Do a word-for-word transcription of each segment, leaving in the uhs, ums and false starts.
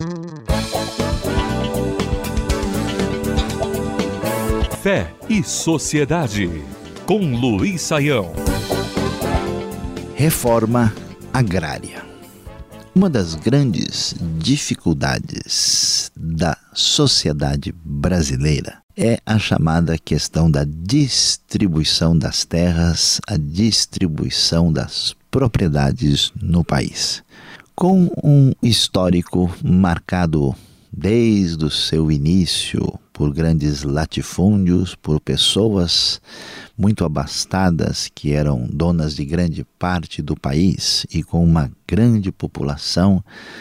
Fé e Sociedade, com Luiz Saião. Reforma agrária. Uma das grandes dificuldades da sociedade brasileira é a chamada questão da distribuição das terras, a distribuição das propriedades no país. Com um histórico marcado desde o seu início por grandes latifúndios, por pessoas muito abastadas que eram donas de grande parte do país e com uma grande população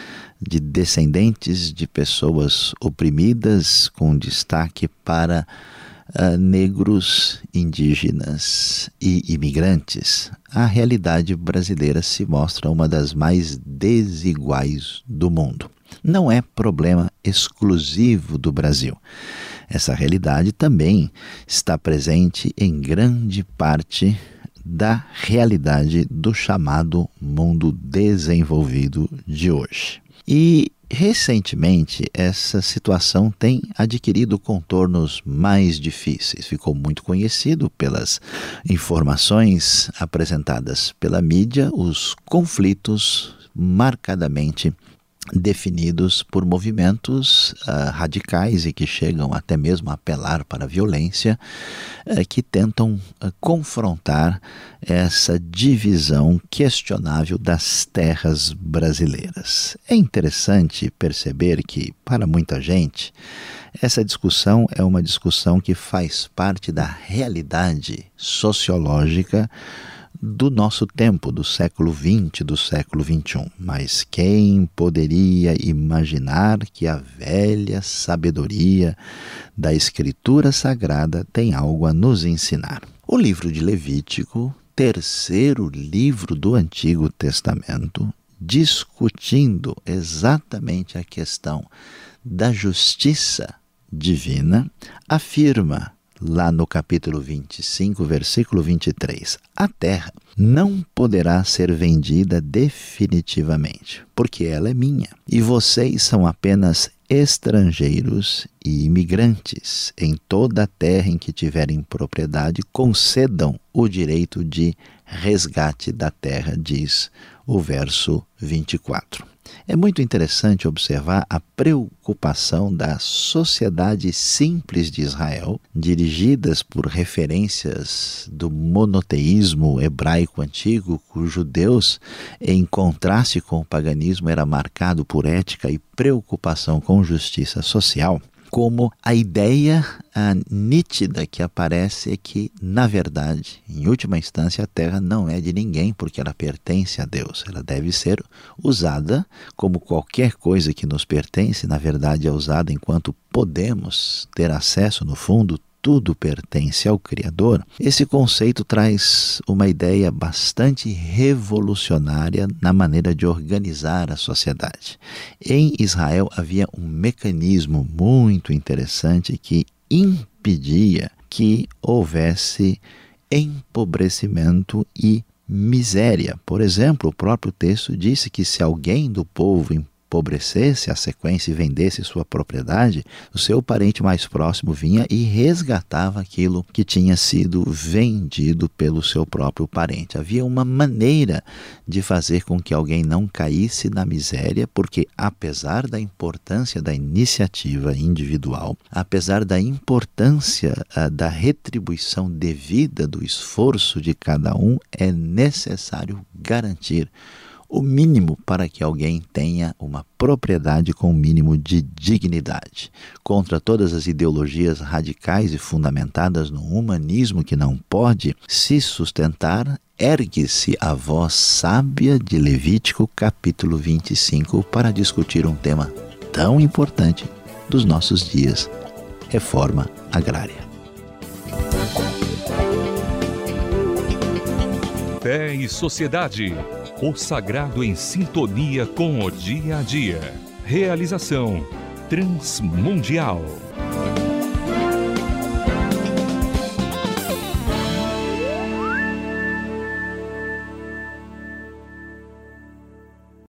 de descendentes de pessoas oprimidas, com destaque para uh, negros, indígenas e imigrantes. A realidade brasileira se mostra uma das mais desiguais do mundo. Não é problema exclusivo do Brasil. Essa realidade também está presente em grande parte da realidade do chamado mundo desenvolvido de hoje. E, recentemente, essa situação tem adquirido contornos mais difíceis. Ficou muito conhecido pelas informações apresentadas pela mídia, os conflitos marcadamente definidos por movimentos uh, radicais e que chegam até mesmo a apelar para a violência, uh, que tentam uh, confrontar essa divisão questionável das terras brasileiras. É interessante perceber que, para muita gente, essa discussão é uma discussão que faz parte da realidade sociológica do nosso tempo, do século vinte, do século vinte e um. Mas quem poderia imaginar que a velha sabedoria da Escritura Sagrada tem algo a nos ensinar? O livro de Levítico, terceiro livro do Antigo Testamento, discutindo exatamente a questão da justiça divina, afirma lá no capítulo vinte e cinco, versículo vinte e três, a terra não poderá ser vendida definitivamente, porque ela é minha, e vocês são apenas estrangeiros e imigrantes. Em toda a terra em que tiverem propriedade, concedam o direito de resgate da terra, diz o verso vinte e quatro. É muito interessante observar a preocupação da sociedade simples de Israel, dirigidas por referências do monoteísmo hebraico antigo, cujo Deus, em contraste com o paganismo, era marcado por ética e preocupação com justiça social. Como a ideia a, nítida que aparece é que, na verdade, em última instância, a terra não é de ninguém, porque ela pertence a Deus. Ela deve ser usada como qualquer coisa que nos pertence, na verdade é usada enquanto podemos ter acesso, no fundo, tudo pertence ao Criador. Esse conceito traz uma ideia bastante revolucionária na maneira de organizar a sociedade. Em Israel havia um mecanismo muito interessante que impedia que houvesse empobrecimento e miséria. Por exemplo, o próprio texto disse que se alguém do povo empobrecesse a sequência e vendesse sua propriedade, o seu parente mais próximo vinha e resgatava aquilo que tinha sido vendido pelo seu próprio parente. Havia uma maneira de fazer com que alguém não caísse na miséria, porque apesar da importância da iniciativa individual, apesar da importância uh, da retribuição devida do esforço de cada um, é necessário garantir o mínimo para que alguém tenha uma propriedade com o mínimo de dignidade. Contra todas as ideologias radicais e fundamentadas no humanismo que não pode se sustentar, ergue-se a voz sábia de Levítico capítulo vinte e cinco para discutir um tema tão importante dos nossos dias: reforma agrária. Fé e Sociedade. O sagrado em sintonia com o dia a dia. Realização Transmundial.